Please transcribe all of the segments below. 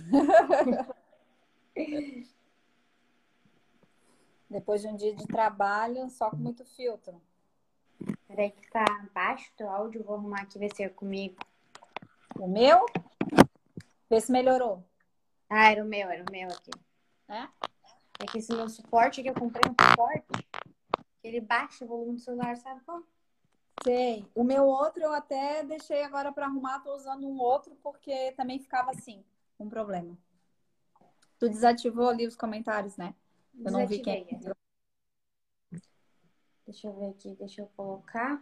Depois de um dia de trabalho, só com muito filtro. Peraí que tá baixo do áudio, vou arrumar aqui, ver se é comigo. O meu? Vê se melhorou. Ah, era o meu aqui. É? É que esse meu suporte que eu comprei um suporte, que ele baixa o volume do celular, sabe como? Sei. O meu outro eu até deixei agora para arrumar, tô usando um outro porque também ficava assim, um problema. Tu desativou ali os comentários, né? Eu não vi quem. Desativei. Deixa eu ver aqui, deixa eu colocar.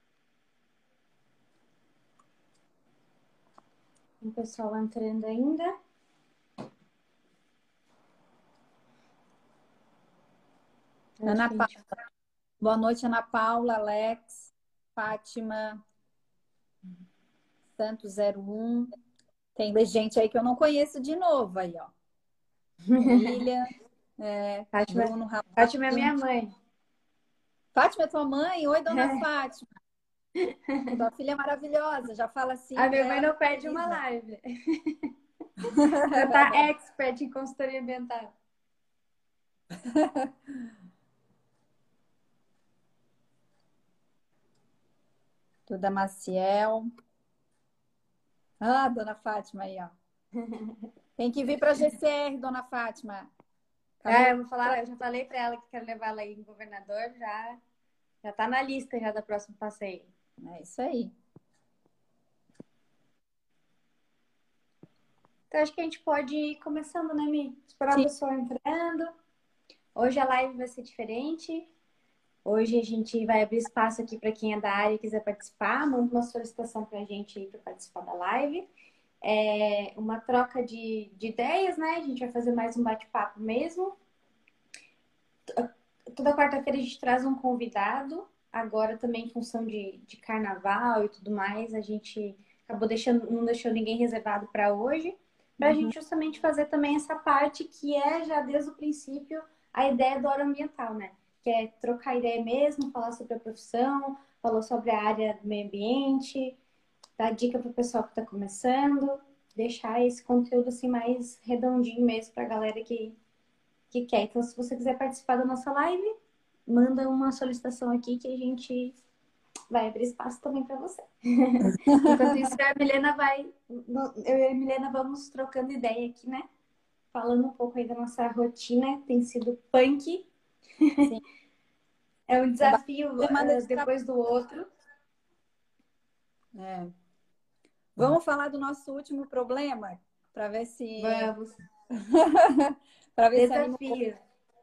O pessoal entrando ainda. Ana Paula. Boa noite, Ana Paula, Alex, Fátima, Santos 01. Tem gente aí que eu não conheço de novo aí, ó. William, Bruno Ramalho. Fátima é minha mãe. Fátima é tua mãe? Oi, dona Fátima. Tua filha é maravilhosa. Já fala assim A para minha mãe ela. não perde uma live. Já tá expert em consultoria ambiental. Duda Maciel. Ah, dona Fátima aí, ó. Tem que vir para GCR, dona Fátima. Eu vou falar, eu já falei para ela que quero levar ela aí em governador, já tá na lista já do próximo passeio. É isso aí. Então acho que a gente pode ir começando, né, Mi? Esperar o pessoal entrando. Hoje a live vai ser diferente. Hoje a gente vai abrir espaço aqui para quem é da área e quiser participar. Manda uma solicitação para a gente aí para participar da live. É uma troca de ideias, né? A gente vai fazer mais um bate-papo mesmo. Toda quarta-feira a gente traz um convidado. Agora também em função de carnaval e tudo mais, a gente acabou não deixou ninguém reservado para hoje. Para a gente justamente fazer também essa parte que é já desde o princípio a ideia do Hora Ambiental, né? Que é trocar ideia mesmo, falar sobre a profissão, falar sobre a área do meio ambiente, dar dica para o pessoal que está começando, deixar esse conteúdo assim mais redondinho mesmo para a galera que quer. Então, se você quiser participar da nossa live, manda uma solicitação aqui que a gente vai abrir espaço também para você. Enquanto isso, a Milena eu e a Milena vamos trocando ideia aqui, né? Falando um pouco aí da nossa rotina, tem sido punk. Sim. É um desafio Demanda de depois do outro. É. Vamos falar do nosso último problema para ver se Vamos. para ver se anima. Desafio.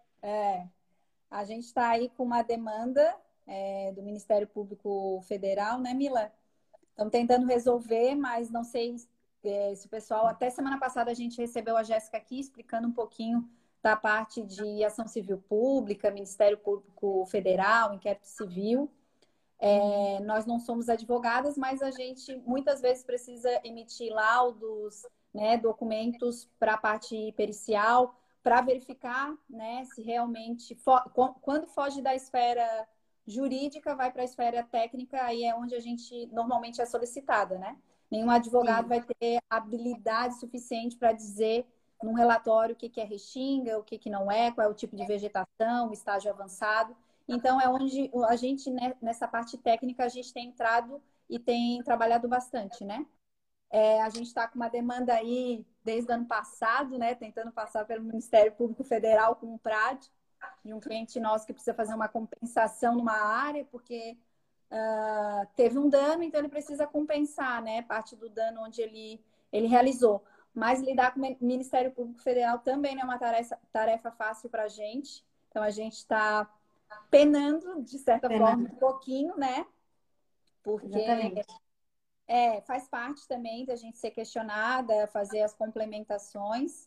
A gente está aí com uma demanda do Ministério Público Federal, né, Mila? Estamos tentando resolver, mas não sei se o pessoal. Até semana passada a gente recebeu a Jéssica aqui explicando um pouquinho da parte de ação civil pública, Ministério Público Federal, inquérito civil. Nós não somos advogadas, mas a gente muitas vezes precisa emitir laudos, né, documentos para a parte pericial, para verificar, né, se realmente, quando foge da esfera jurídica, vai para a esfera técnica, aí é onde a gente normalmente é solicitada, né? Nenhum advogado vai ter habilidade suficiente para dizer num relatório o que é restinga, o que não é, qual é o tipo de vegetação, estágio avançado. Então, é onde a gente, né, nessa parte técnica, a gente tem entrado e tem trabalhado bastante, né? A gente está com uma demanda aí desde o ano passado, né? Tentando passar pelo Ministério Público Federal com o PRAD, de um cliente nosso que precisa fazer uma compensação numa área, porque teve um dano, então ele precisa compensar, né? Parte do dano onde ele realizou. Mas lidar com o Ministério Público Federal também não é uma tarefa fácil para a gente. Então, a gente está penando, de certa forma, um pouquinho, né? Porque Exatamente. faz parte também da gente ser questionada, fazer as complementações.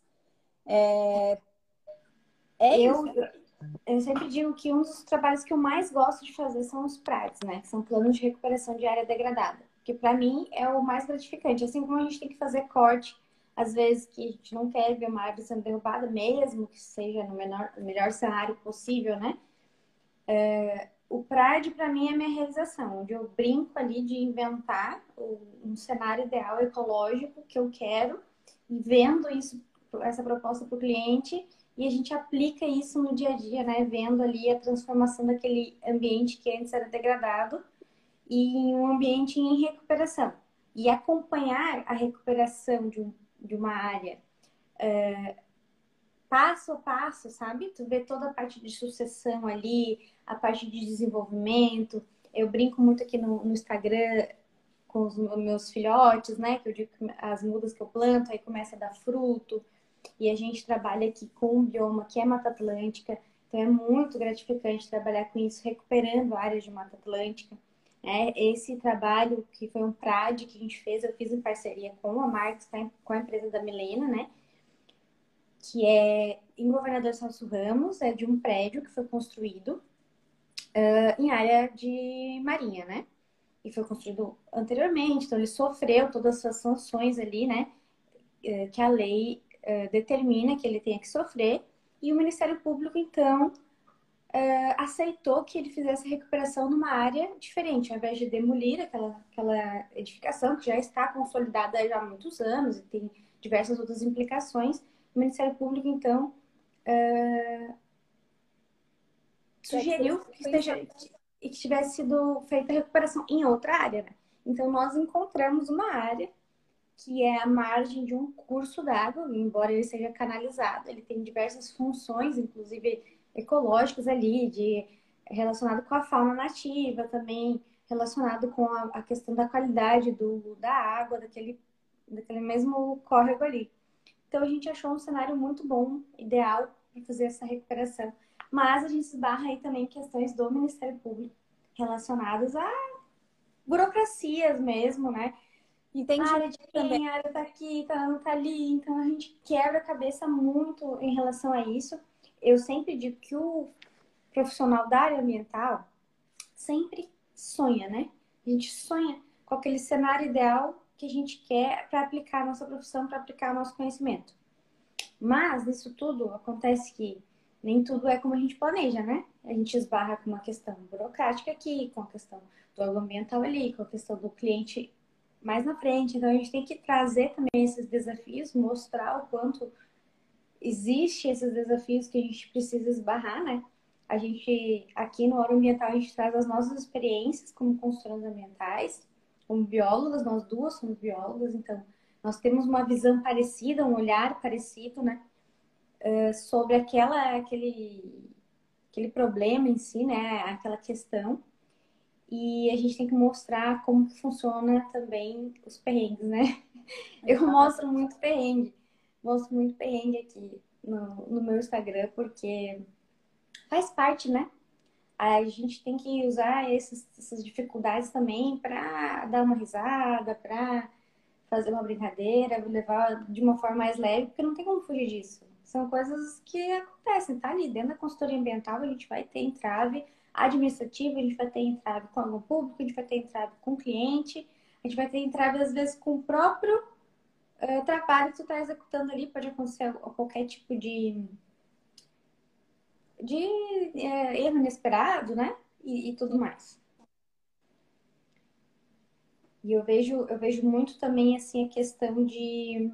Eu, Isso. eu sempre digo que um dos trabalhos que eu mais gosto de fazer são os PRADs, né? Que são planos de recuperação de área degradada. Que para mim é o mais gratificante. Assim como a gente tem que fazer corte, às vezes que a gente não quer ver uma árvore sendo derrubada, mesmo que seja no melhor cenário possível, né? O PRAD para mim é minha realização, onde eu brinco ali de inventar um cenário ideal ecológico que eu quero e vendo isso, essa proposta para o cliente, e a gente aplica isso no dia a dia, né? Vendo ali a transformação daquele ambiente que antes era degradado e em um ambiente em recuperação. E acompanhar a recuperação de uma área passo a passo, sabe? Tu vê toda a parte de sucessão ali, a parte de desenvolvimento. Eu brinco muito aqui no Instagram com os meus filhotes, né? Que eu digo que as mudas que eu planto, aí começa a dar fruto. E a gente trabalha aqui com um bioma que é Mata Atlântica. Então é muito gratificante trabalhar com isso, recuperando áreas de Mata Atlântica. Esse trabalho que foi um PRAD que a gente fez, eu fiz em parceria com a Marx, com a empresa da Milena, né? Que é em Governador Celso Ramos, é de um prédio que foi construído em área de marinha, né? E foi construído anteriormente, então ele sofreu todas as suas sanções ali, né? Que a lei determina que ele tenha que sofrer. E o Ministério Público, então, aceitou que ele fizesse a recuperação numa área diferente, ao invés de demolir aquela edificação que já está consolidada já há muitos anos e tem diversas outras implicações. O Ministério Público, então, sugeriu que tivesse sido feita a recuperação em outra área, né? Então, nós encontramos uma área que é a margem de um curso d'água, embora ele seja canalizado, ele tem diversas funções, inclusive ecológicas ali, relacionado com a fauna nativa também, relacionado com a questão da qualidade da água, daquele mesmo córrego ali. Então a gente achou um cenário muito bom, ideal para fazer essa recuperação. Mas a gente esbarra aí também em questões do Ministério Público relacionadas a burocracias mesmo, né? Entendi A área de também. quem, a área tá aqui, tá, não tá ali. Então a gente quebra a cabeça muito em relação a isso. Eu sempre digo que o profissional da área ambiental sempre sonha, né? A gente sonha com aquele cenário ideal que a gente quer para aplicar a nossa profissão, para aplicar o nosso conhecimento. Mas nisso tudo acontece que nem tudo é como a gente planeja, né? A gente esbarra com uma questão burocrática aqui, com a questão do ambiental ali, com a questão do cliente mais na frente. Então a gente tem que trazer também esses desafios, mostrar o quanto existe esses desafios que a gente precisa esbarrar, né? A gente, aqui no Hora Ambiental, a gente traz as nossas experiências como consultoras ambientais, como biólogas, nós duas somos biólogas, então nós temos uma visão parecida, um olhar parecido, né? Sobre aquele problema em si, né? Aquela questão. E a gente tem que mostrar como que funciona também os perrengues, né? Eu mostro muito perrengue aqui no meu Instagram, porque faz parte, né? A gente tem que usar essas dificuldades também para dar uma risada, para fazer uma brincadeira, levar de uma forma mais leve, porque não tem como fugir disso. São coisas que acontecem, tá ali dentro da consultoria ambiental, a gente vai ter entrave administrativa, a gente vai ter entrave com o órgão público, a gente vai ter entrave com o cliente, a gente vai ter entrave às vezes com o próprio trabalho que tu está executando ali, pode acontecer qualquer tipo de erro inesperado, né? E tudo mais. E eu vejo muito também assim a questão de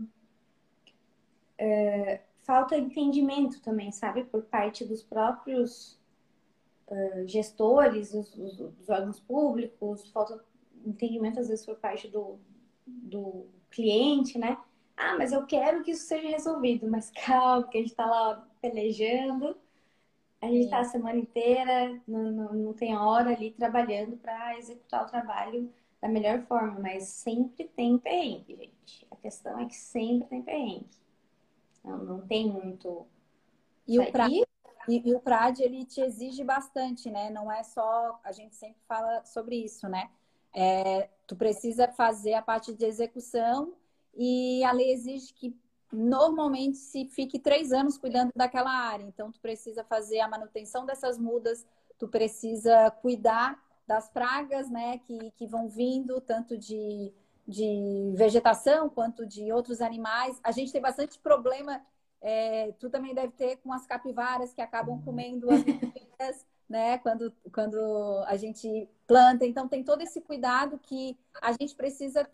falta de entendimento também, sabe? Por parte dos próprios gestores, dos órgãos públicos, falta de entendimento às vezes por parte do cliente, né? Ah, mas eu quero que isso seja resolvido, mas calma, que a gente está lá pelejando, a gente está a semana inteira, não tem hora ali trabalhando para executar o trabalho da melhor forma, mas sempre tem perrengue, gente. A questão é que sempre tem perrengue. Não tem muito. E o E o PRAD, ele te exige bastante, né? Não é só, a gente sempre fala sobre isso, né? Tu precisa fazer a parte de execução e a lei exige que normalmente se fique 3 anos cuidando daquela área. Então, tu precisa fazer a manutenção dessas mudas, tu precisa cuidar das pragas, né? Que vão vindo, tanto de vegetação quanto de outros animais. A gente tem bastante problema tu também deve ter com as capivaras que acabam comendo as mudas, né? Quando a gente planta. Então, tem todo esse cuidado que a gente precisa ter.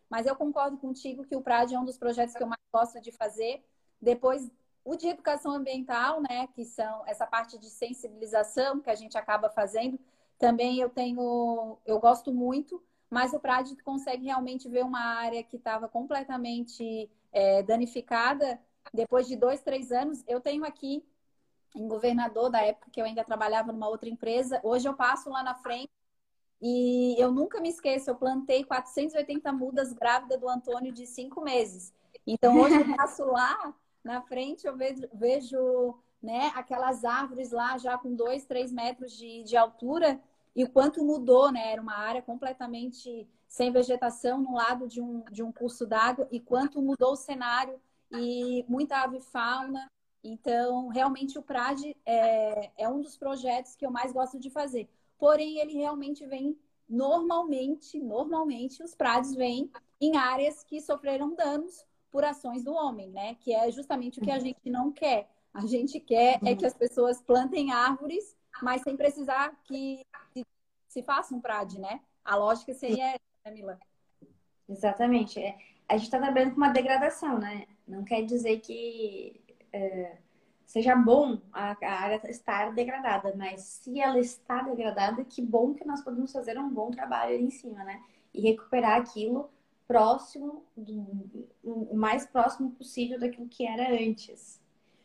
Mas eu concordo contigo que o PRAD é um dos projetos que eu mais gosto de fazer. Depois, o de educação ambiental, né, que são essa parte de sensibilização que a gente acaba fazendo, também eu gosto muito, mas o PRAD consegue realmente ver uma área que estava completamente danificada depois de 2, 3 anos. Eu tenho aqui em Governador, da época que eu ainda trabalhava numa outra empresa, hoje eu passo lá na frente e eu nunca me esqueço, eu plantei 480 mudas grávidas do Antônio de 5 meses. Então, hoje eu passo lá na frente, eu vejo, né, aquelas árvores lá já com 2, 3 metros de altura e o quanto mudou, né? Era uma área completamente sem vegetação no lado de um curso d'água e quanto mudou o cenário e muita ave fauna. Então, realmente o PRAD é um dos projetos que eu mais gosto de fazer. Porém, ele realmente vem normalmente os prados vêm em áreas que sofreram danos por ações do homem, né? Que é justamente o que a gente não quer. A gente quer é que as pessoas plantem árvores, mas sem precisar que se faça um PRAD, né? A lógica seria essa, né, Mila? Exatamente. A gente está trabalhando com uma degradação, né? Não quer dizer que seja bom a área estar degradada, mas se ela está degradada, que bom que nós podemos fazer um bom trabalho ali em cima, né? E recuperar aquilo próximo, o mais próximo possível daquilo que era antes.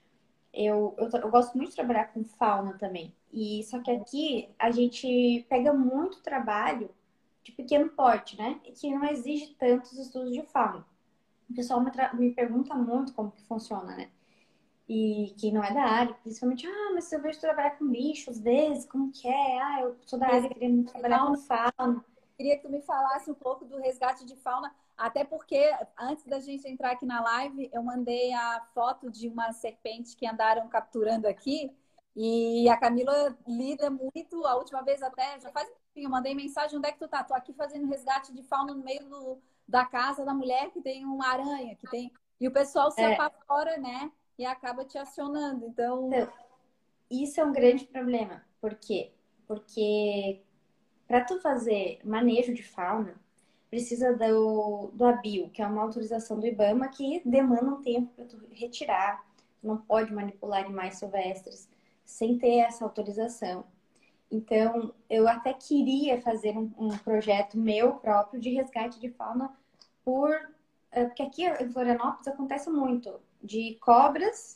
Eu gosto muito de trabalhar com fauna também. E só que aqui a gente pega muito trabalho de pequeno porte, né? E que não exige tantos estudos de fauna. O pessoal me pergunta muito como que funciona, né? E que não é da área, principalmente, mas se eu vejo trabalhar com bichos desses, como que é? Eu sou da área, queria muito trabalhar com fauna. Queria que tu me falasse um pouco do resgate de fauna, até porque antes da gente entrar aqui na live, eu mandei a foto de uma serpente que andaram capturando aqui e a Camila lida muito, a última vez até, já faz um tempinho, eu mandei mensagem, onde é que tu tá? Tô aqui fazendo resgate de fauna no meio da casa da mulher que tem uma aranha, que tem... E o pessoal se apavora, né? E acaba te acionando, então... Isso é um grande problema. Por quê? Porque para tu fazer manejo de fauna, precisa do ABIO, que é uma autorização do IBAMA que demanda um tempo para tu retirar. Tu não pode manipular animais silvestres sem ter essa autorização. Então, eu até queria fazer um projeto meu próprio de resgate de fauna porque aqui em Florianópolis acontece muito de cobras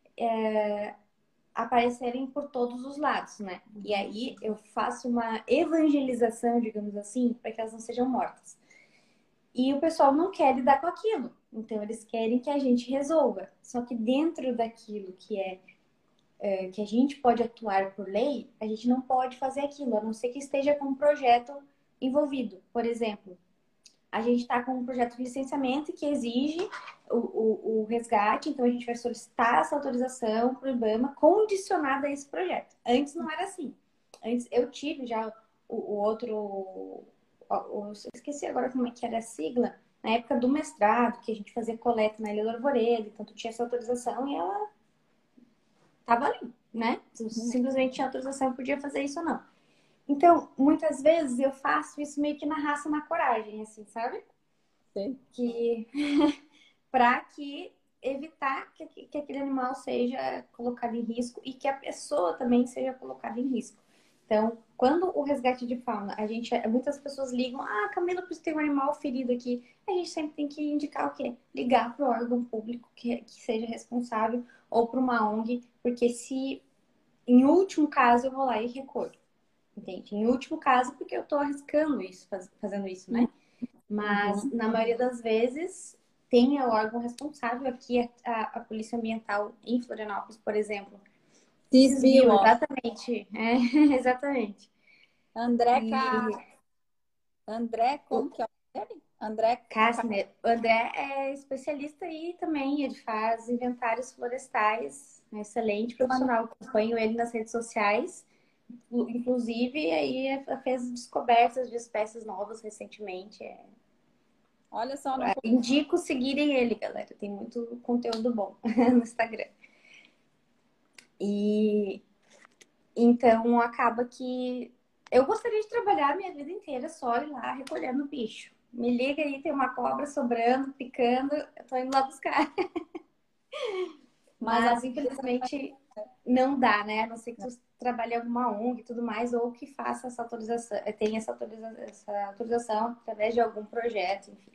aparecerem por todos os lados, né? E aí eu faço uma evangelização, digamos assim, para que elas não sejam mortas. E o pessoal não quer lidar com aquilo. Então, eles querem que a gente resolva. Só que dentro daquilo que a gente pode atuar por lei, a gente não pode fazer aquilo, a não ser que esteja com um projeto envolvido. Por exemplo, a gente está com um projeto de licenciamento que exige o resgate, então a gente vai solicitar essa autorização para o IBAMA condicionada a esse projeto. Antes não era assim. Antes eu tive já o outro. Eu esqueci agora como é que era a sigla. Na época do mestrado, que a gente fazia coleta na Ilha do Arvoredo, então tu tinha essa autorização e ela estava ali, né? Tu simplesmente tinha autorização e podia fazer isso ou não. Então, muitas vezes eu faço isso meio que na raça, na coragem, assim, sabe? Sim. Que para que evitar que aquele animal seja colocado em risco e que a pessoa também seja colocada em risco. Então, quando o resgate de fauna, muitas pessoas ligam, Camila, preciso ter um animal ferido aqui. A gente sempre tem que indicar o quê? Ligar para o órgão público que seja responsável ou para uma ONG, porque se, em último caso, eu vou lá e recolho. Entende? Em último caso, porque eu estou arriscando isso, fazendo isso, né? Mas, na maioria das vezes, tem o órgão responsável. Aqui, a Polícia Ambiental em Florianópolis, por exemplo, Desvio, ó. exatamente. Exatamente. André, E André, como que é o nome? André Kastner, o André é especialista aí também. Ele faz inventários florestais. É excelente profissional. Acompanho ele nas redes sociais. Inclusive, aí fez descobertas de espécies novas recentemente. Olha só, não Indico seguirem ele, galera. Tem muito conteúdo bom no Instagram. E acaba que eu gostaria de trabalhar minha vida inteira só ir lá recolhendo bicho. Me liga aí, tem uma cobra sobrando, picando, eu tô indo lá buscar. Mas, infelizmente, não dá, né? A não ser que tu trabalhe em alguma ONG e tudo mais, ou que faça essa autorização, tenha essa autorização através de algum projeto, enfim.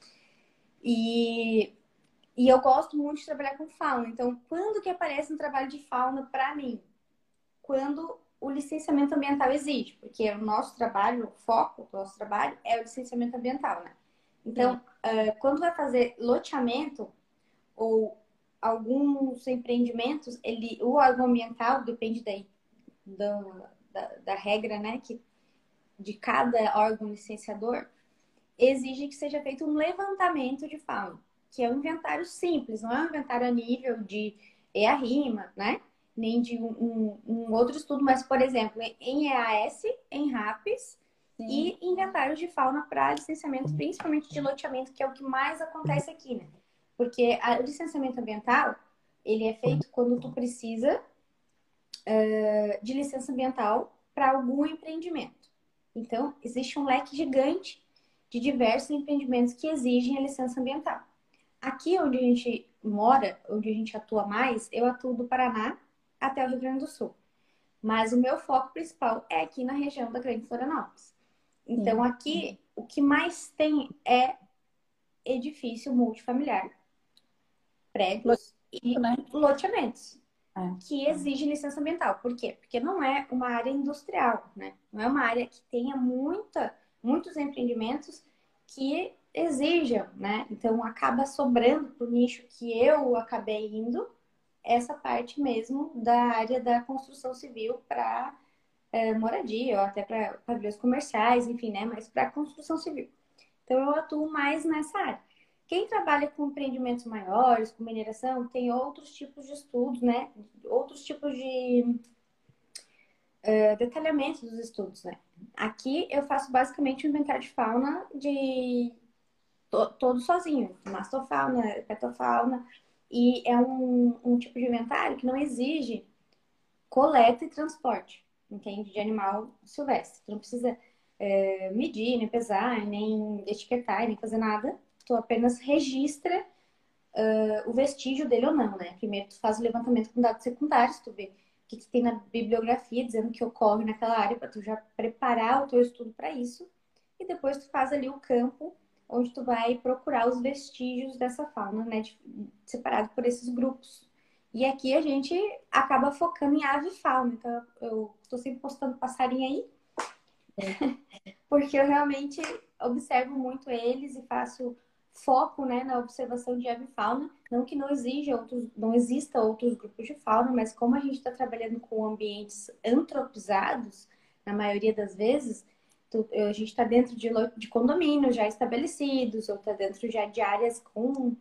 E eu gosto muito de trabalhar com fauna. Então, quando que aparece um trabalho de fauna para mim? Quando o licenciamento ambiental exige, porque o nosso trabalho, o foco do nosso trabalho é o licenciamento ambiental, né? Então, quando vai fazer loteamento ou alguns empreendimentos, o órgão ambiental depende daí da regra, né, de cada órgão licenciador, exige que seja feito um levantamento de fauna, que é um inventário simples, não é um inventário a nível de EARIMA, né? Nem de um outro estudo, mas, por exemplo, em EAS, em RAPS, sim, e inventários de fauna para licenciamento, principalmente de loteamento, que é o que mais acontece aqui, né? Porque o licenciamento ambiental, ele é feito quando tu precisa de licença ambiental para algum empreendimento. Então, existe um leque gigante de diversos empreendimentos que exigem a licença ambiental. Aqui onde a gente mora, onde a gente atua mais, eu atuo do Paraná até o Rio Grande do Sul. Mas o meu foco principal é aqui na região da Grande Florianópolis. Então, aqui, o que mais tem é edifício multifamiliar, prédios e loteamentos, que exige licença ambiental. Por quê? Porque não é uma área industrial, né? Não é uma área que tenha muitos empreendimentos que exijam, né? Então, acaba sobrando para o nicho que eu acabei indo, essa parte mesmo da área da construção civil para moradia ou até para pavilhões comerciais, enfim, né? Mas para construção civil. Então, eu atuo mais nessa área. Quem trabalha com empreendimentos maiores, com mineração, tem outros tipos de estudos, né? Outros tipos de detalhamento dos estudos, né? Aqui eu faço basicamente o inventário de fauna de todo sozinho, mastofauna, petofauna, e é um tipo de inventário que não exige coleta e transporte, entende? De animal silvestre. Tu não precisa medir, nem pesar, nem etiquetar, nem fazer nada. Tu apenas registra o vestígio dele ou não, né? Primeiro tu faz o levantamento com dados secundários, tu vê o que tem na bibliografia dizendo que ocorre naquela área para tu já preparar o teu estudo para isso. E depois tu faz ali o campo onde tu vai procurar os vestígios dessa fauna, né? Separado por esses grupos. E aqui a gente acaba focando em ave e fauna. Então eu tô sempre postando passarinho aí, porque eu realmente observo muito eles e faço foco, né, na observação de ave e fauna. Não que não exista outros grupos de fauna, mas como a gente está trabalhando com ambientes antropizados, na maioria das vezes, a gente está dentro de condomínios já estabelecidos, ou está dentro já de áreas com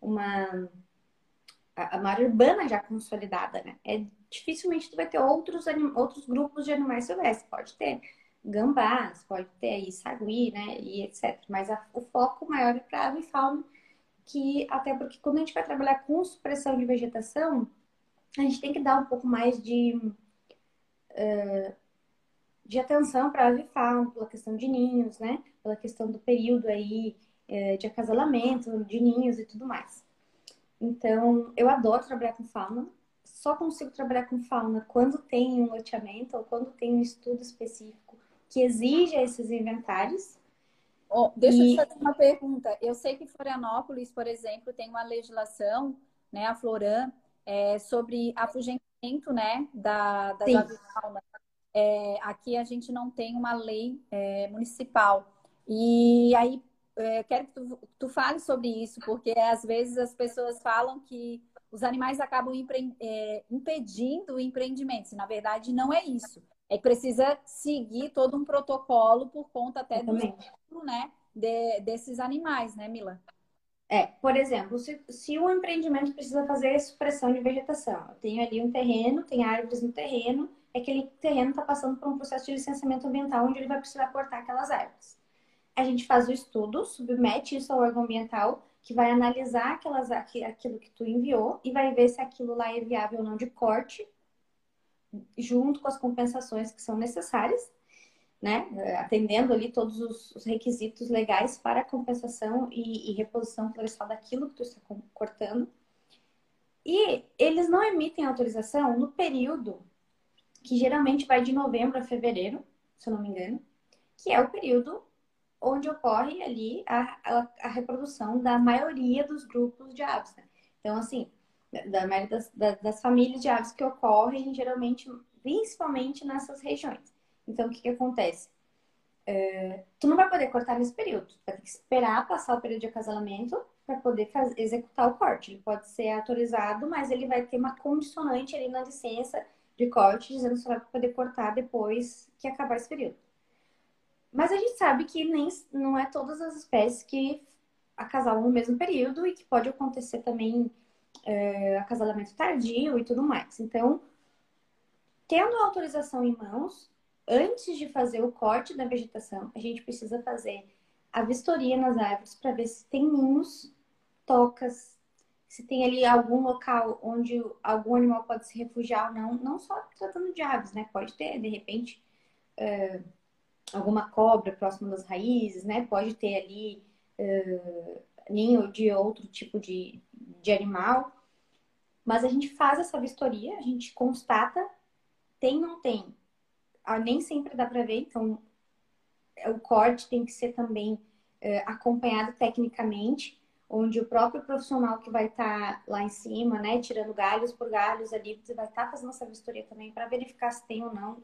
a área urbana já consolidada, né? Dificilmente tu vai ter outros grupos de animais silvestres. Pode ter gambás, pode ter aí sagui, né? E etc. Mas o foco maior é para ave e fauna, que até porque quando a gente vai trabalhar com supressão de vegetação, a gente tem que dar um pouco mais de atenção para ave e fauna, pela questão de ninhos, né? Pela questão do período aí de acasalamento, de ninhos e tudo mais. Então, eu adoro trabalhar com fauna. Só consigo trabalhar com fauna quando tem um loteamento ou quando tem um estudo específico que exija esses inventários. Deixa eu te fazer uma pergunta. Eu sei que Florianópolis, por exemplo, tem uma legislação, né, a Floran, sobre afugentamento, né, das aves fauna. Aqui a gente não tem uma lei municipal. E aí, quero que tu fale sobre isso, porque às vezes as pessoas falam que os animais acabam impedindo o empreendimento. E, na verdade, não é isso. É que precisa seguir todo um protocolo por conta até do estudo, né, desses animais, né, Mila? Por exemplo, se um empreendimento precisa fazer supressão de vegetação, eu tenho ali um terreno, tem árvores no terreno, aquele terreno está passando por um processo de licenciamento ambiental onde ele vai precisar cortar aquelas árvores. A gente faz o estudo, submete isso ao órgão ambiental, que vai analisar aquilo que tu enviou e vai ver se aquilo lá é viável ou não de corte, junto com as compensações que são necessárias, né? Atendendo ali todos os requisitos legais para a compensação e reposição florestal daquilo que tu está cortando. E eles não emitem autorização no período que geralmente vai de novembro a fevereiro, se eu não me engano, que é o período onde ocorre ali a reprodução da maioria dos grupos de aves, né? Então, assim, da maioria das famílias de aves que ocorrem, geralmente, principalmente nessas regiões. Então, o que acontece? Tu não vai poder cortar nesse período. Tu vai ter que esperar passar o período de acasalamento para poder executar o corte. Ele pode ser autorizado, mas ele vai ter uma condicionante ali na licença de corte, dizendo que você vai poder cortar depois que acabar esse período. Mas a gente sabe que não é todas as espécies que acasalam no mesmo período e que pode acontecer também acasalamento tardio e tudo mais. Então, tendo a autorização em mãos, antes de fazer o corte da vegetação, a gente precisa fazer a vistoria nas árvores para ver se tem ninhos, tocas, se tem ali algum local onde algum animal pode se refugiar ou não. Não só tratando de aves, né? Pode ter, de repente, alguma cobra próximo das raízes, né? Pode ter ali ninho de outro tipo de animal. Mas a gente faz essa vistoria, a gente constata, tem, não tem. Nem sempre dá para ver, então o corte tem que ser também acompanhado tecnicamente, onde o próprio profissional que vai estar lá em cima, né, tirando galhos por galhos ali, você vai estar fazendo essa vistoria também para verificar se tem ou não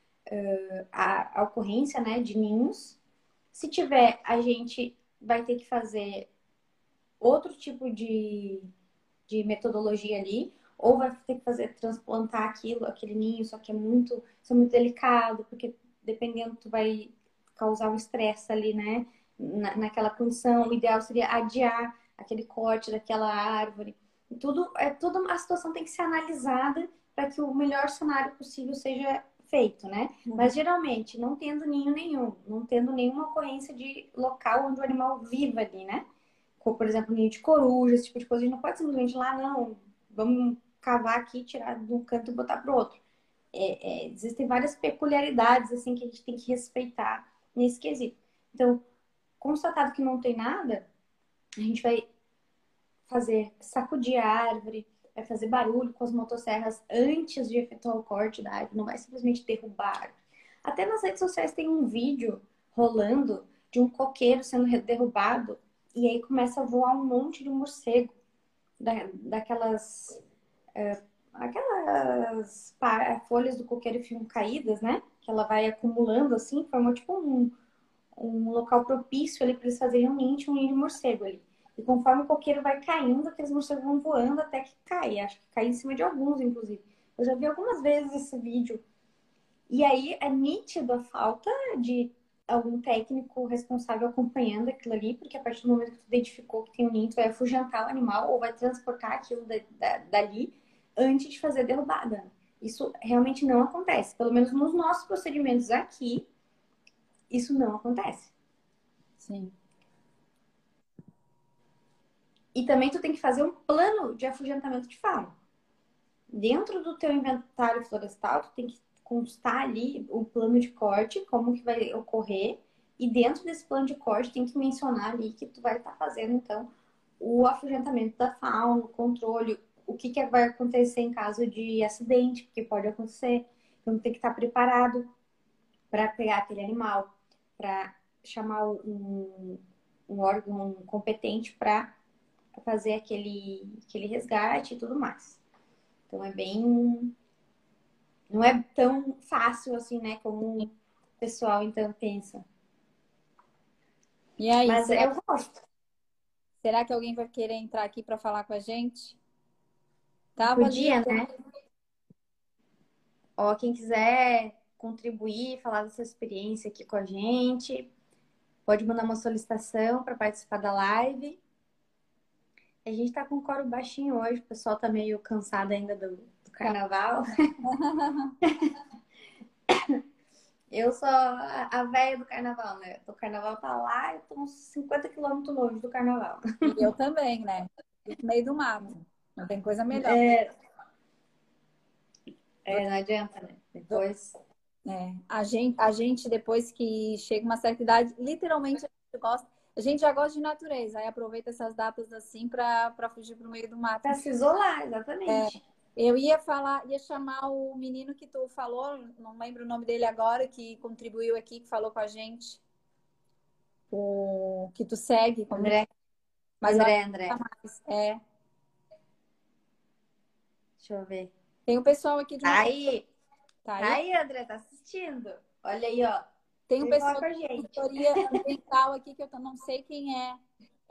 a ocorrência, né, de ninhos. Se tiver, a gente vai ter que fazer outro tipo de metodologia ali, ou vai ter que fazer transplantar aquele ninho, só que isso é muito delicado, porque dependendo, tu vai causar um estresse ali, né? Naquela condição. O ideal seria adiar aquele corte daquela árvore. Tudo, a situação tem que ser analisada para que o melhor cenário possível seja feito, né? Mas geralmente, não tendo ninho nenhum, não tendo nenhuma ocorrência de local onde o animal viva ali, né? Como, por exemplo, ninho de coruja, esse tipo de coisa, a gente não pode simplesmente ir lá, não, vamos cavar aqui, tirar de um canto e botar para o outro. Existem várias peculiaridades assim que a gente tem que respeitar nesse quesito. Então, constatado que não tem nada, a gente vai fazer sacudir a árvore, vai fazer barulho com as motosserras antes de efetuar o corte da árvore, não vai simplesmente derrubar a árvore. Até nas redes sociais tem um vídeo rolando de um coqueiro sendo derrubado e aí começa a voar um monte de morcego daquelas aquelas folhas do coqueiro ficam caídas, né? Que ela vai acumulando assim, forma tipo um local propício ali para eles fazerem um ninho de morcego ali. E conforme o coqueiro vai caindo, aqueles morcegos vão voando até que cai. Acho que cai em cima de alguns, inclusive. Eu já vi algumas vezes esse vídeo. E aí é nítido a falta de algum técnico responsável acompanhando aquilo ali, porque a partir do momento que tu identificou que tem um ninho, tu vai afugentar o animal ou vai transportar aquilo dali antes de fazer a derrubada. Isso realmente não acontece. Pelo menos nos nossos procedimentos aqui, isso não acontece. Sim. E também tu tem que fazer um plano de afugentamento de fauna. Dentro do teu inventário florestal, tu tem que constar ali o plano de corte, como que vai ocorrer. E dentro desse plano de corte, tem que mencionar ali que tu vai estar fazendo, então, o afugentamento da fauna, o controle, o que vai acontecer em caso de acidente, porque pode acontecer. Então, tem que estar preparado para pegar aquele animal, para chamar um órgão competente para fazer aquele resgate e tudo mais. Então é bem. Não é tão fácil assim, né? Como o pessoal então pensa. E aí, Mas eu gosto. será que alguém vai querer entrar aqui para falar com a gente? Tava ali. Podia, né? Ó, quem quiser contribuir, falar da sua experiência aqui com a gente, pode mandar uma solicitação para participar da live. A gente tá com o coro baixinho hoje, o pessoal tá meio cansado ainda do carnaval. Eu sou a véia do carnaval, né? O carnaval tá lá, eu tô uns 50 quilômetros longe do carnaval. E eu também, né? No meio do mato. Não tem coisa melhor. Não adianta, né? Depois. A gente, depois que chega uma certa idade, literalmente a gente já gosta de natureza, aí aproveita essas datas assim para fugir para o meio do mato. Para se isolar, exatamente. Eu ia chamar o menino que tu falou, não lembro o nome dele agora, que contribuiu aqui, que falou com a gente, o que tu segue. André, Mas André. Mais. É. Deixa eu ver. Tem o pessoal aqui de uma... Tá aí, André, tá assistindo. Olha aí, ó. Tem um pessoal de consultoria ambiental aqui que eu não sei quem é.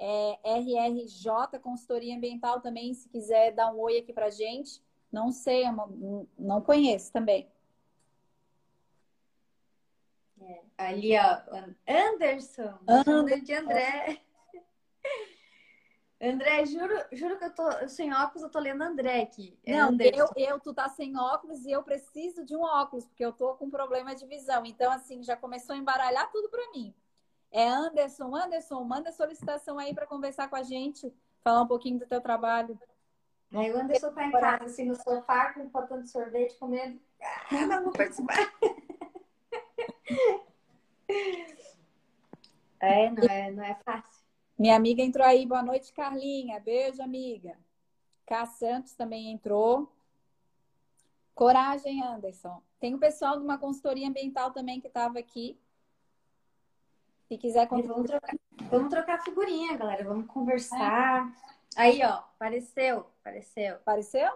RRJ, consultoria ambiental também, se quiser dar um oi aqui pra gente. Não sei, não conheço também. Ali, ó, Anderson, chamando de André. André, juro que eu sem óculos, eu tô lendo André aqui. Não, tu tá sem óculos e eu preciso de um óculos, porque eu tô com problema de visão. Então, assim, já começou a embaralhar tudo pra mim. Anderson, manda solicitação aí para conversar com a gente, falar um pouquinho do teu trabalho. Aí o Anderson tá em casa, assim, no sofá, com um potão de sorvete, comendo. Não vou participar. Não é fácil. Minha amiga entrou aí. Boa noite, Carlinha. Beijo, amiga. Cá Santos também entrou. Coragem, Anderson. Tem o pessoal de uma consultoria ambiental também que estava aqui. Se quiser contribuir. Vamos trocar figurinha, galera. Vamos conversar. Aí, ó. Apareceu. Apareceu?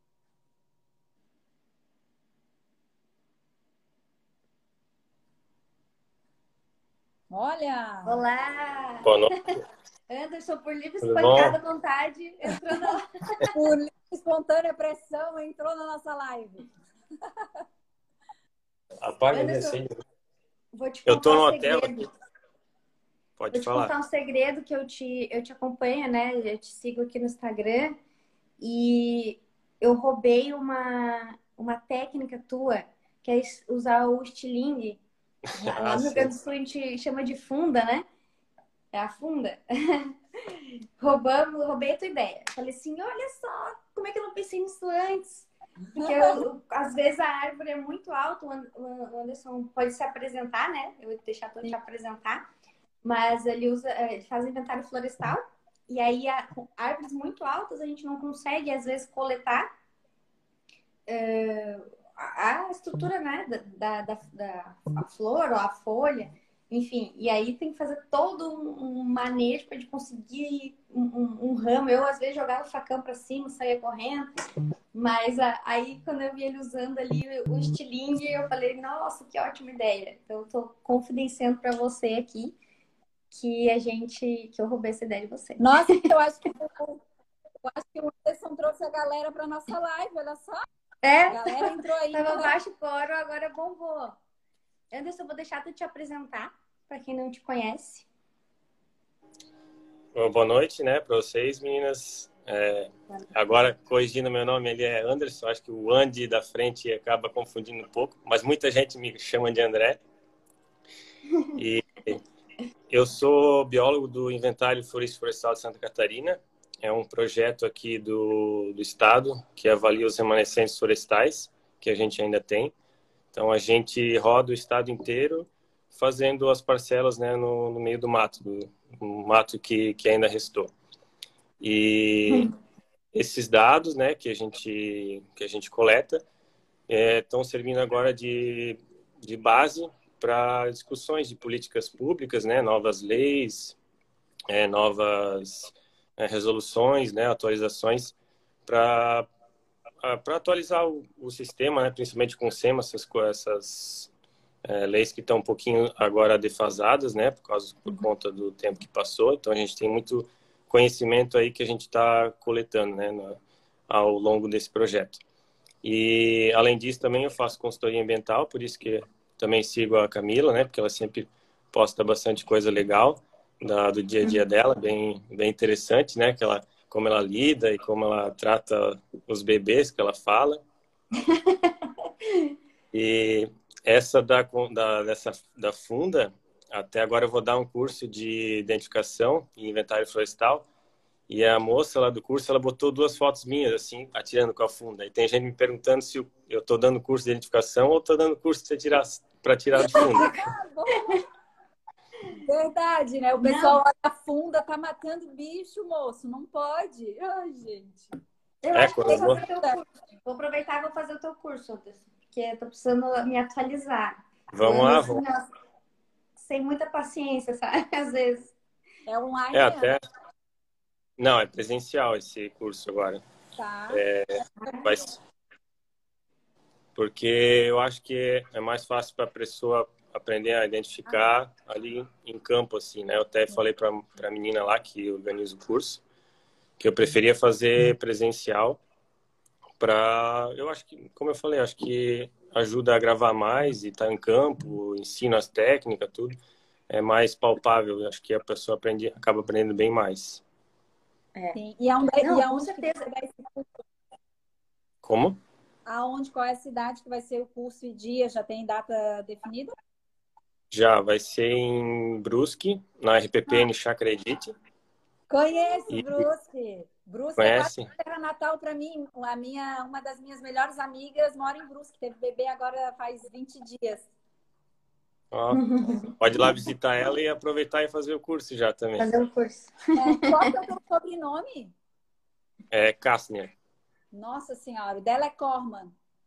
Olha! Olá! Boa noite. Anderson, por livre e espontânea vontade, entrou na... Por livre e espontânea pressão, entrou na nossa live. Apaga assim. Vou te contar um segredo. Pode falar. Vou te contar um segredo que eu te acompanho, né? Eu te sigo aqui no Instagram e eu roubei uma técnica tua, que é usar o estilingue. Lá no Rio Grande do Sul a gente chama de funda, né? É a funda. Roubei a tua ideia. Falei assim, olha só, como é que eu não pensei nisso antes? Porque às vezes a árvore é muito alta, o Anderson pode se apresentar, né? Eu vou deixar tu te apresentar. Mas ele faz inventário florestal. E aí, árvores muito altas, a gente não consegue, às vezes, coletar a estrutura, né? Da flor ou a folha. Enfim, e aí tem que fazer todo um manejo para conseguir um ramo. Eu, às vezes, jogava o facão para cima, saía correndo. Mas aí, quando eu vi ele usando ali o estilingue, eu falei, nossa, que ótima ideia. Então, eu tô confidenciando para você aqui que eu roubei essa ideia de você. Nossa, eu acho que o Anderson trouxe a galera para nossa live, olha só. A galera entrou aí. Tava baixo fora, agora bombou. Anderson, eu vou deixar tu te apresentar, para quem não te conhece. Bom, boa noite, né, para vocês, meninas. Agora, corrigindo meu nome, ele é Anderson. Acho que o Andy da frente acaba confundindo um pouco, mas muita gente me chama de André. E eu sou biólogo do Inventário Floresta e Florestal de Santa Catarina. É um projeto aqui do estado que avalia os remanescentes florestais que a gente ainda tem. Então, a gente roda o estado inteiro fazendo as parcelas, né, no meio do mato, do mato que ainda restou. E esses dados, né, que a gente coleta estão servindo agora de base para discussões de políticas públicas, né, novas leis, novas resoluções, né, atualizações para atualizar o sistema, né, principalmente com o SEMA, essas leis que estão um pouquinho agora defasadas, né, por conta do tempo que passou. Então a gente tem muito conhecimento aí que a gente está coletando, né, ao longo desse projeto. E além disso também eu faço consultoria ambiental, por isso que também sigo a Camila, né, porque ela sempre posta bastante coisa legal do dia a dia dela, bem interessante, né, como ela lida e como ela trata os bebês que ela fala. E essa da funda, até agora eu vou dar um curso de identificação e inventário florestal, E a moça lá do curso, ela botou 2 fotos minhas, assim, atirando com a funda. E tem gente me perguntando se eu tô dando curso de identificação ou tô dando curso para tirar de funda. Verdade, né? O pessoal olha a funda, tá matando bicho, moço. Não pode. Ai, gente. Eu acho que eu quando vou eu vou... fazer o teu curso. Vou aproveitar e vou fazer o teu curso, Anderson, porque eu tô precisando me atualizar. Vamos Eu ando lá, assim, vamos. ó, sem muita paciência, sabe? Às vezes. É online, Até... Não, é presencial esse curso agora. tá? Mas... Porque eu acho que é mais fácil para a pessoa aprender a identificar ali em campo, assim, né? Eu até falei para a menina lá que organiza o curso que eu preferia fazer presencial eu acho que, como eu falei, acho que ajuda a gravar mais e estar em campo, ensina as técnicas, tudo. É mais palpável, eu acho que a pessoa acaba aprendendo bem mais. Sim. Não, com aonde que certeza. vai dar esse curso? Como? Aonde, qual é a cidade que vai ser o curso e dia? Já tem data definida? Já vai ser em Brusque, na RPPN Chacredite. Conheço, E Brusque. Brusque é quase conhece? terra natal para mim. Uma das minhas melhores amigas mora em Brusque. Teve bebê agora faz 20 dias. Ó, pode ir lá visitar ela e aproveitar e fazer o curso já também. Fazer o curso. Qual que é o teu sobrenome? É Kastner. Nossa Senhora, o dela é Corman.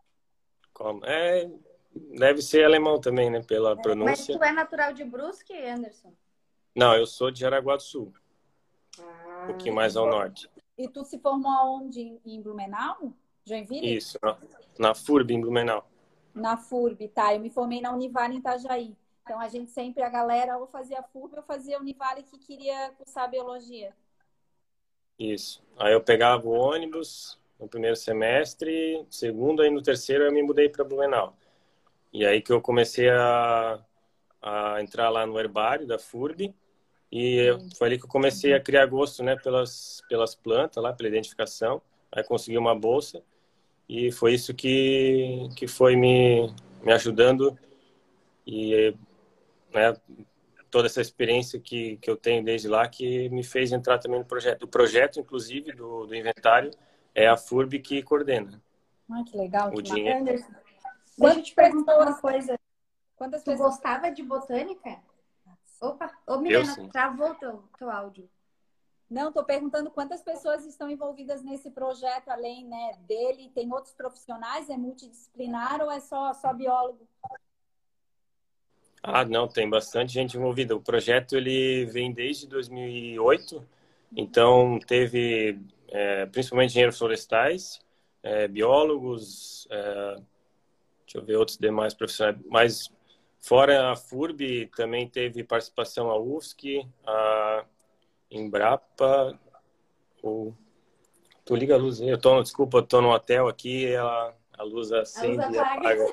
Deve ser alemão também, né? Pela Mas pronúncia. tu é natural de Brusque, Anderson? Não, eu sou de Jaraguá do Sul, um Ah, pouquinho mais ao norte. E tu se formou aonde? Em Blumenau? Joinville? Isso, na FURB, em Blumenau. Na FURB, tá. Eu me formei na Univale em Itajaí. Então a gente sempre, a galera, ou fazia FURB ou fazia Univale que queria cursar biologia. Isso. Aí eu pegava o ônibus no primeiro semestre, segundo, aí no terceiro eu me mudei para Blumenau. E aí que eu comecei a entrar lá no herbário da FURB e foi ali que eu comecei a criar gosto, né, pelas plantas lá, pela identificação. Aí consegui uma bolsa e foi isso que foi me ajudando e, né, toda essa experiência que eu tenho desde lá que me fez entrar também no projeto. O projeto, inclusive, do inventário é a FURB que coordena. Ah, que legal, O que dinheiro. Anderson, deixa eu te perguntar uma coisa. Quantas Tu pessoas? gostava de botânica? Opa, ô Eu Milena, sim. travou teu áudio. Não, estou perguntando quantas pessoas estão envolvidas nesse projeto, além, né, dele. Tem outros profissionais? É multidisciplinar ou é só biólogo? Ah, não, tem bastante gente envolvida. O projeto ele vem desde 2008, então teve principalmente engenheiros florestais, biólogos, deixa eu ver outros demais profissionais, mas fora a FURB também teve participação a UFSC, a Embrapa, tu liga a luz aí, desculpa, eu tô no hotel aqui, e a luz acende e apaga.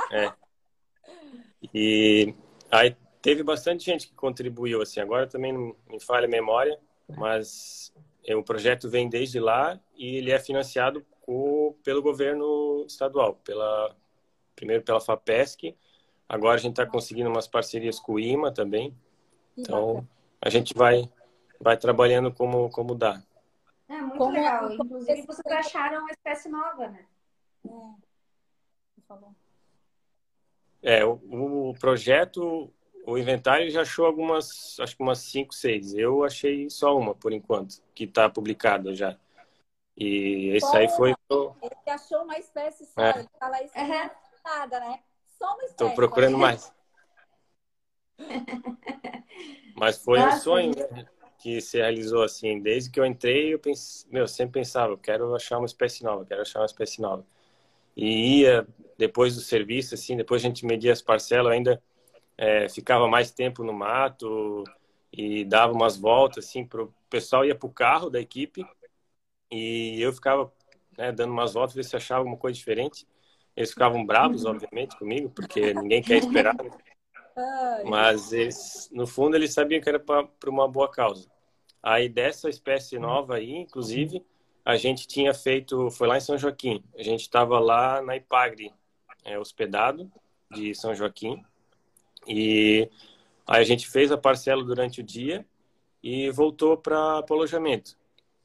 E aí teve bastante gente que contribuiu, assim, agora também não me falha a memória, mas o projeto vem desde lá e ele é financiado pelo governo estadual, primeiro pela FAPESC, agora a gente está conseguindo umas parcerias com o IMA também, então a gente vai trabalhando como dá. É muito legal, inclusive vocês acharam uma espécie nova, né? O projeto, o inventário já achou acho que umas 5, 6. Eu achei só uma, por enquanto, que está publicada já. E esse aí foi... Ele achou uma espécie só, ele fala isso nada, né? Só uma espécie. Estou procurando mais. Mas foi um sonho que se realizou, assim. Desde que eu entrei, eu sempre pensava, eu quero achar uma espécie nova, quero achar uma espécie nova. E ia, depois do serviço, assim, depois a gente media as parcelas, eu ainda ficava mais tempo no mato e dava umas voltas, assim, o pessoal ia pro carro da equipe e eu ficava, né, dando umas voltas, ver se achava alguma coisa diferente. Eles ficavam bravos, obviamente, comigo, porque ninguém quer esperar, né? Mas eles, no fundo, eles sabiam que era para uma boa causa. Aí dessa espécie nova aí, inclusive, a gente tinha feito, foi lá em São Joaquim, a gente estava lá na Ipagre, hospedado de São Joaquim, e aí a gente fez a parcela durante o dia e voltou para o alojamento.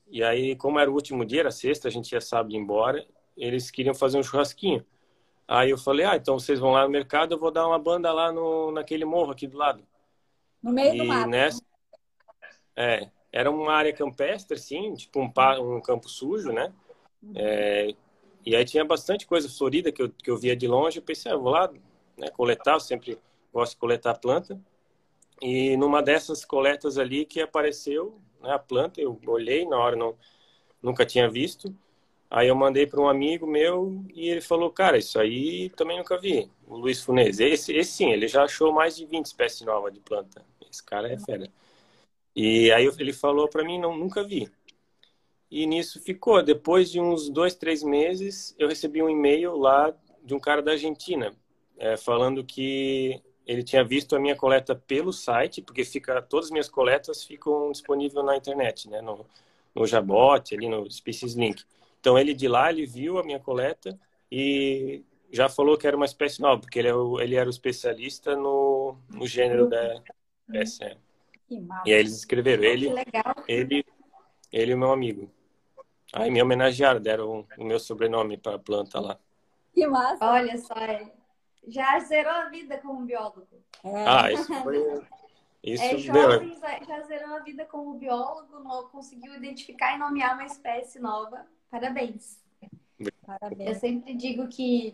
E aí, como era o último dia, era sexta, a gente ia sábado embora, eles queriam fazer um churrasquinho. Aí eu falei, então vocês vão lá no mercado, eu vou dar uma banda lá naquele morro aqui do lado. No meio do E mato. nessa, era uma área campestre, assim, tipo um campo sujo, né? E aí tinha bastante coisa florida que eu via de longe. Eu pensei, eu vou lá, né, coletar, eu sempre gosto de coletar planta. E numa dessas coletas ali que apareceu, né, a planta, eu olhei, na hora nunca tinha visto. Aí eu mandei para um amigo meu e ele falou, cara, isso aí também nunca vi. O Luiz Funez. Esse sim, ele já achou mais de 20 espécies novas de planta. Esse cara é fera. E aí ele falou para mim, nunca vi. E nisso ficou. Depois de uns 2, 3 meses, eu recebi um e-mail lá de um cara da Argentina, falando que ele tinha visto a minha coleta pelo site, porque todas as minhas coletas ficam disponíveis na internet, né? No Jabot, ali no Species Link. Então, ele de lá, ele viu a minha coleta e já falou que era uma espécie nova, porque ele era o especialista no gênero da espécie. Que massa. E aí eles escreveram, Que legal. ele e o meu amigo. Aí me homenagearam, deram o meu sobrenome para a planta lá. Que massa. Olha só, já zerou a vida como biólogo. Isso foi... Isso, jovens, já zerou a vida como biólogo, conseguiu identificar e nomear uma espécie nova. Parabéns. Parabéns. Eu sempre digo que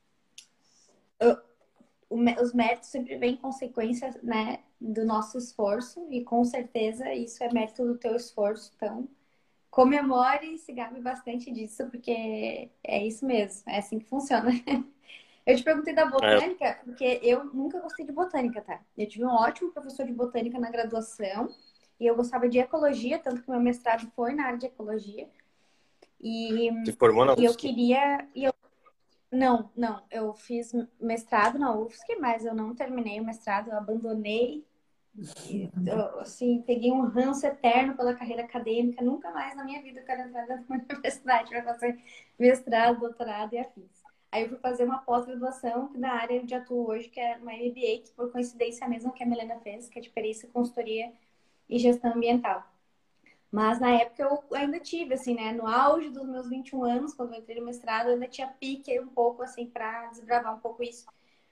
os méritos sempre vêm em consequência, né, do nosso esforço, e com certeza isso é mérito do teu esforço. Então, comemore e se gabe bastante disso, porque é isso mesmo, é assim que funciona. Eu te perguntei da botânica, porque eu nunca gostei de botânica, tá? Eu tive um ótimo professor de botânica na graduação, e eu gostava de ecologia, tanto que meu mestrado foi na área de ecologia. E se formou na UFSC? eu queria... Não, eu fiz mestrado na UFSC, mas eu não terminei o mestrado, eu abandonei. Eu, assim, peguei um ranço eterno pela carreira acadêmica, nunca mais na minha vida eu quero entrar na universidade para fazer mestrado, doutorado e afins. Aí eu fui fazer uma pós-graduação na área onde atuo hoje, que é uma MBA, que por coincidência é a mesma que a Milena fez, que é de perícia, consultoria e gestão ambiental. Mas na época eu ainda tive, assim, né? No auge dos meus 21 anos, quando eu entrei no mestrado, eu ainda tinha pique um pouco, assim, para desbravar um pouco isso.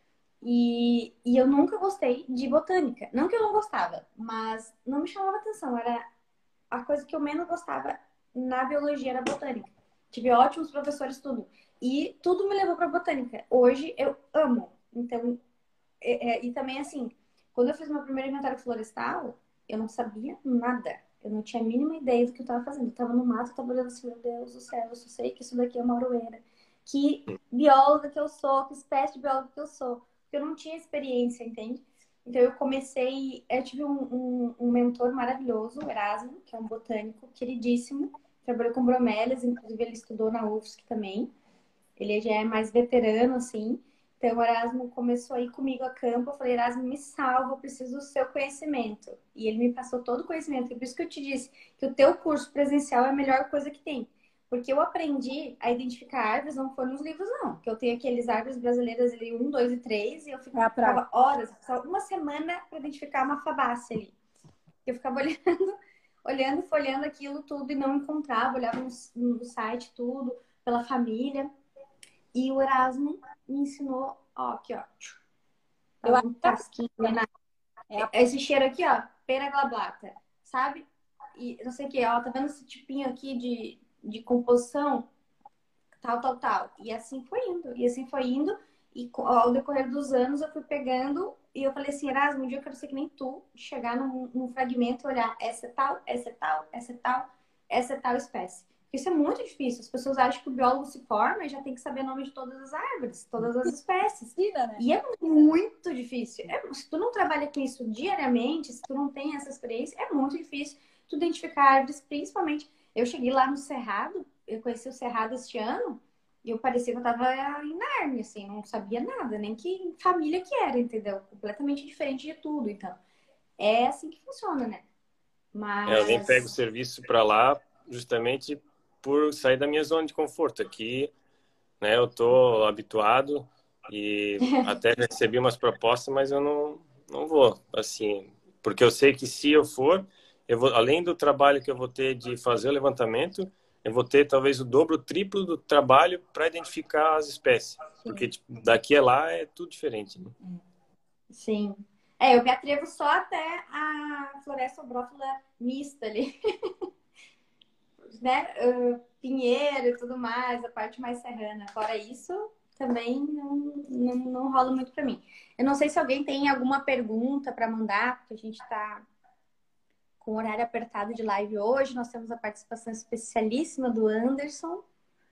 E eu nunca gostei de botânica. Não que eu não gostava, mas não me chamava atenção. Era a coisa que eu menos gostava na biologia, era botânica. Tive ótimos professores, tudo. E tudo me levou para botânica. Hoje eu amo. Então, e também assim, quando eu fiz meu primeiro inventário florestal, eu não sabia nada. Eu não tinha a mínima ideia do que eu estava fazendo. Eu estava no mato, eu estava olhando assim, meu Deus do céu, eu só sei que isso daqui é uma aroeira. Que bióloga que eu sou, que espécie de bióloga que eu sou. Porque eu não tinha experiência, entende? Então eu comecei, eu tive um mentor maravilhoso, o Erasmo, que é um botânico queridíssimo. Trabalhou com bromélias, inclusive ele estudou na UFSC também. Ele já é mais veterano, assim. Então, o Erasmo começou a ir comigo a campo. Eu falei, Erasmo, me salva, eu preciso do seu conhecimento. E ele me passou todo o conhecimento. E por isso que eu te disse que o teu curso presencial é a melhor coisa que tem. Porque eu aprendi a identificar árvores, não foi nos livros, não. Que eu tenho aqueles árvores brasileiras ali, 1, 2 e 3, e eu ficava horas, uma semana para identificar uma fabácea ali. Eu ficava olhando, folheando aquilo tudo e não encontrava. Olhava no site tudo, pela família. E o Erasmo me ensinou, ó, aqui, ó. Tá um tasquinho, né? Esse cheiro aqui, ó, pera glablata, sabe? E não sei o que, ó, tá vendo esse tipinho aqui de composição? Tal. E assim foi indo. E ao decorrer dos anos eu fui pegando e eu falei assim, Erasmo, um dia eu quero ser que nem tu, chegar num fragmento e olhar, essa é tal, essa é tal, essa é tal, essa é tal espécie. Isso é muito difícil. As pessoas acham que o biólogo se forma e já tem que saber o nome de todas as árvores, todas as espécies. E é muito difícil. Se tu não trabalha com isso diariamente, se tu não tem essa experiência, é muito difícil tu identificar árvores, principalmente. Eu cheguei lá no Cerrado, eu conheci o Cerrado este ano, e eu parecia que eu tava em Nárnia, assim, não sabia nada, nem que família que era, entendeu? Completamente diferente de tudo, então. É assim que funciona, né? Mas... eu nem pego o serviço para lá justamente por sair da minha zona de conforto. Aqui, né, eu tô habituado e até recebi umas propostas, mas eu não vou, assim, porque eu sei que se eu for, além do trabalho que eu vou ter de fazer o levantamento, eu vou ter talvez o dobro, o triplo do trabalho para identificar as espécies. Porque tipo, daqui a lá é tudo diferente. Né? Sim. Eu me atrevo só até a floresta ombrófila mista ali. Né? Pinheiro e tudo mais, a parte mais serrana. Fora isso, também não rola muito para mim. Eu não sei se alguém tem alguma pergunta para mandar, porque a gente está com o horário apertado de live hoje. Nós temos a participação especialíssima do Anderson,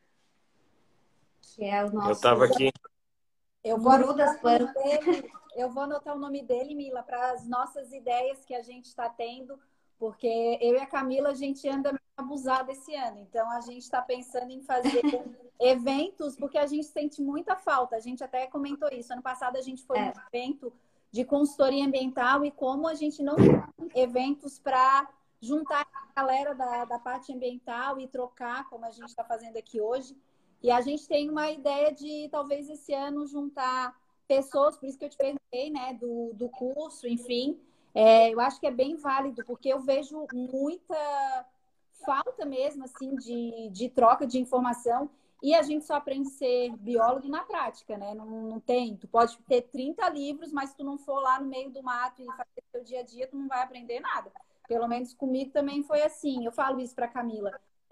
que é o nosso... Eu estava aqui. Eu vou anotar o nome dele, Mila, para as nossas ideias que a gente está tendo, porque eu e a Camila, a gente anda meio abusada esse ano. Então, a gente está pensando em fazer eventos, porque a gente sente muita falta. A gente até comentou isso. Ano passado, a gente foi num evento de consultoria ambiental e como a gente não tem eventos para juntar a galera da parte ambiental e trocar, como a gente está fazendo aqui hoje. E a gente tem uma ideia de, talvez, esse ano, juntar pessoas, por isso que eu te perguntei, né, do curso, enfim. Eu acho que é bem válido, porque eu vejo muita falta mesmo, assim, de troca de informação. E a gente só aprende a ser biólogo na prática, né? Não tem. Tu pode ter 30 livros, mas se tu não for lá no meio do mato e fazer teu dia a dia, tu não vai aprender nada. Pelo menos comigo também foi assim. Eu falo isso para Camila.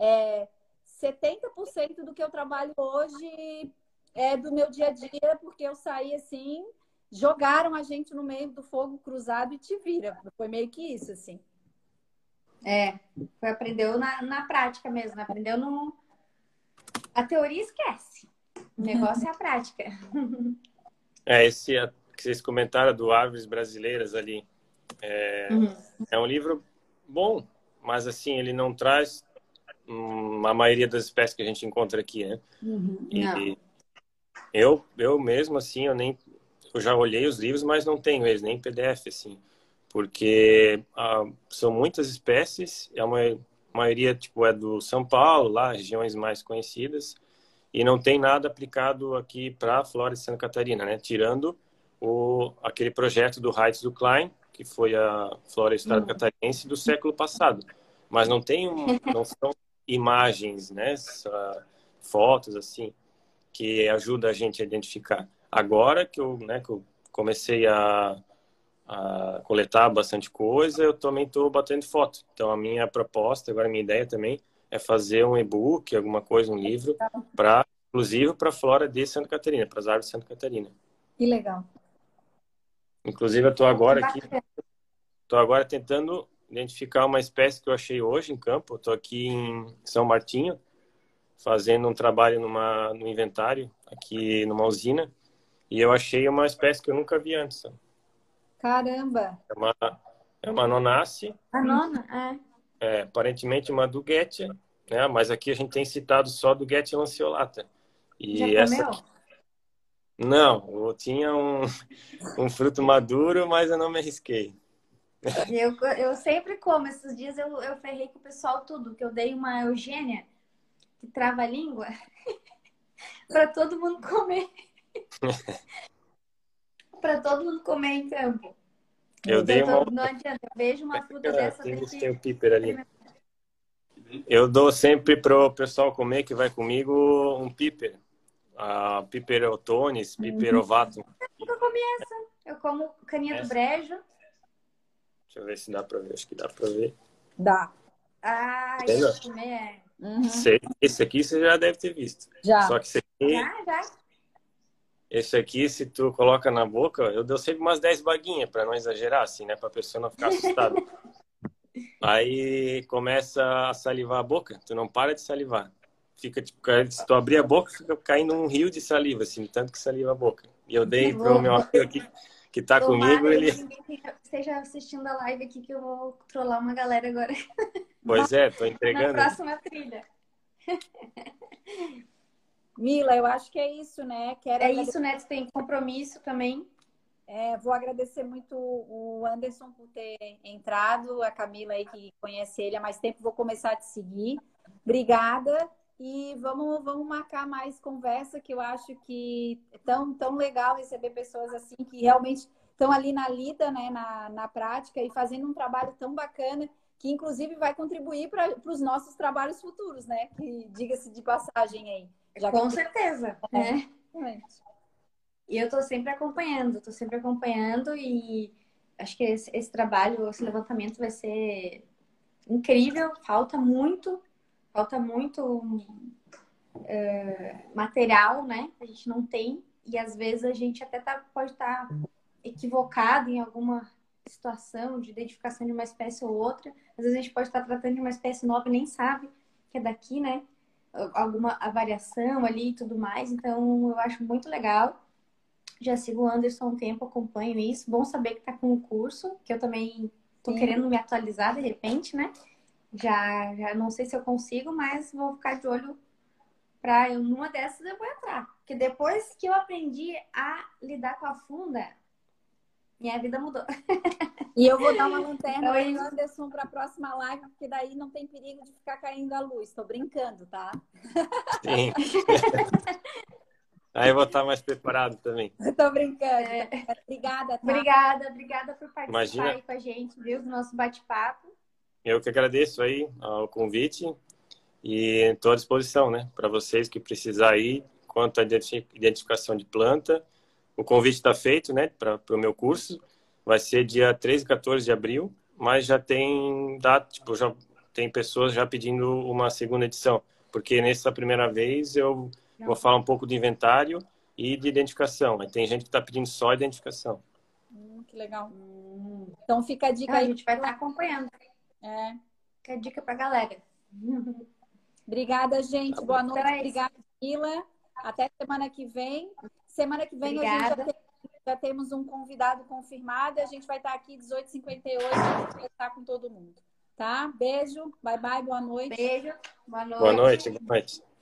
70% do que eu trabalho hoje é do meu dia a dia, porque eu saí assim, jogaram a gente no meio do fogo cruzado e te vira. Foi meio que isso, assim. Aprendeu na prática mesmo, aprendeu no... A teoria esquece. O negócio é a prática. Esse que vocês comentaram do Árvores Brasileiras ali. É um livro bom, mas assim, ele não traz a maioria das espécies que a gente encontra aqui, né? E eu mesmo, assim, eu já olhei os livros, mas não tenho eles, nem em PDF, assim. Porque são muitas espécies, a maioria tipo, é do São Paulo, lá, regiões mais conhecidas, e não tem nada aplicado aqui para a flora de Santa Catarina, né? Tirando aquele projeto do Heights do Klein, que foi a flora estado catarinense do século passado. Mas não são imagens, né? Fotos, assim, que ajuda a gente a identificar. Agora que eu comecei a coletar bastante coisa, eu também estou batendo foto. Então, a minha proposta, agora a minha ideia também, é fazer um e-book, alguma coisa, um livro, inclusive para a flora de Santa Catarina, para as árvores de Santa Catarina. Que legal. Inclusive, eu estou agora tentando identificar uma espécie que eu achei hoje em campo. Estou aqui em São Martinho, fazendo um trabalho no inventário, aqui numa usina, e eu achei uma espécie que eu nunca vi antes. Caramba! É uma nonácea. A nona? Aparentemente uma Duguetia, né? Mas aqui a gente tem citado só Duguetia lanceolata. E já essa comeu? Não, eu tinha um fruto maduro, mas eu não me arrisquei. Eu sempre como. Esses dias eu ferrei com o pessoal tudo, que eu dei uma Eugênia que trava a língua para todo mundo comer. Para todo mundo comer em campo. Não adianta, eu vejo uma fruta dessa. Tem o piper ali. Eu dou sempre pro pessoal comer que vai comigo um piper. Piper otonis, piper ovatum. Eu nunca comi essa. Eu como caninha do brejo. Deixa eu ver se dá pra ver. Acho que dá pra ver. Dá. Eu vou comer. Esse aqui você já deve ter visto. Já. Só que esse aqui... Já. Esse aqui, se tu coloca na boca, eu dou sempre umas 10 baguinhas, para não exagerar, assim, né? Pra pessoa não ficar assustada. Aí começa a salivar a boca, tu não para de salivar. Fica, tipo, se tu abrir a boca, fica caindo um rio de saliva, assim, tanto que saliva a boca. E eu dei pro meu amigo aqui, que tá comigo, ele... Ninguém esteja assistindo a live aqui, que eu vou trollar uma galera agora. Pois tô entregando. Na próxima trilha. Mila, eu acho que é isso, né? Isso, né? Tu tem compromisso também. Vou agradecer muito o Anderson por ter entrado, a Camila aí que conhece ele há mais tempo, vou começar a te seguir. Obrigada e vamos marcar mais conversa, que eu acho que é tão legal receber pessoas assim que realmente estão ali na lida, né, na prática e fazendo um trabalho tão bacana que inclusive vai contribuir para os nossos trabalhos futuros, né? Que diga-se de passagem aí. Com certeza, né? Exatamente. E eu tô sempre acompanhando e acho que esse trabalho, esse levantamento vai ser incrível. Falta muito material, né? A gente não tem e às vezes a gente até pode estar equivocado em alguma situação de identificação de uma espécie ou outra. Às vezes a gente pode estar tratando de uma espécie nova e nem sabe que é daqui, né? Alguma variação ali e tudo mais. Então, eu acho muito legal. Já sigo o Anderson há um tempo, acompanho isso. Bom saber que está com o curso, que eu também estou querendo me atualizar de repente, né? Já não sei se eu consigo, mas vou ficar de olho para eu, numa dessas eu vou entrar. Porque depois que eu aprendi a lidar com a funda, minha vida mudou. E eu vou dar uma lanterna Oi. para o Anderson para a próxima live, porque daí não tem perigo de ficar caindo a luz. Estou brincando, tá? Sim. Aí eu vou estar mais preparado também. Estou brincando. Obrigada, tá? Obrigada por participar Imagina. aí com a gente, viu? Do nosso bate-papo. Eu que agradeço aí o convite e estou à disposição, né? Para vocês que precisar aí, quanto à identificação de planta. O convite está feito, né? Para o meu curso. Vai ser dia 13 e 14 de abril, mas já tem data, tipo, já tem pessoas já pedindo uma segunda edição, porque nessa primeira vez eu vou falar um pouco de inventário e de identificação. Aí tem gente que está pedindo só identificação. Que legal. Então fica a dica A aí. gente vai estar acompanhando. Fica a dica para a galera. Obrigada, gente. Boa noite. Então é Obrigada, Mila. Até semana que vem. Semana que vem Obrigada. a gente já temos um convidado confirmado. A gente vai estar aqui 18h58 para estar com todo mundo. Tá? Beijo. Bye, bye. Boa noite. Beijo. Boa noite. Boa noite. Boa noite.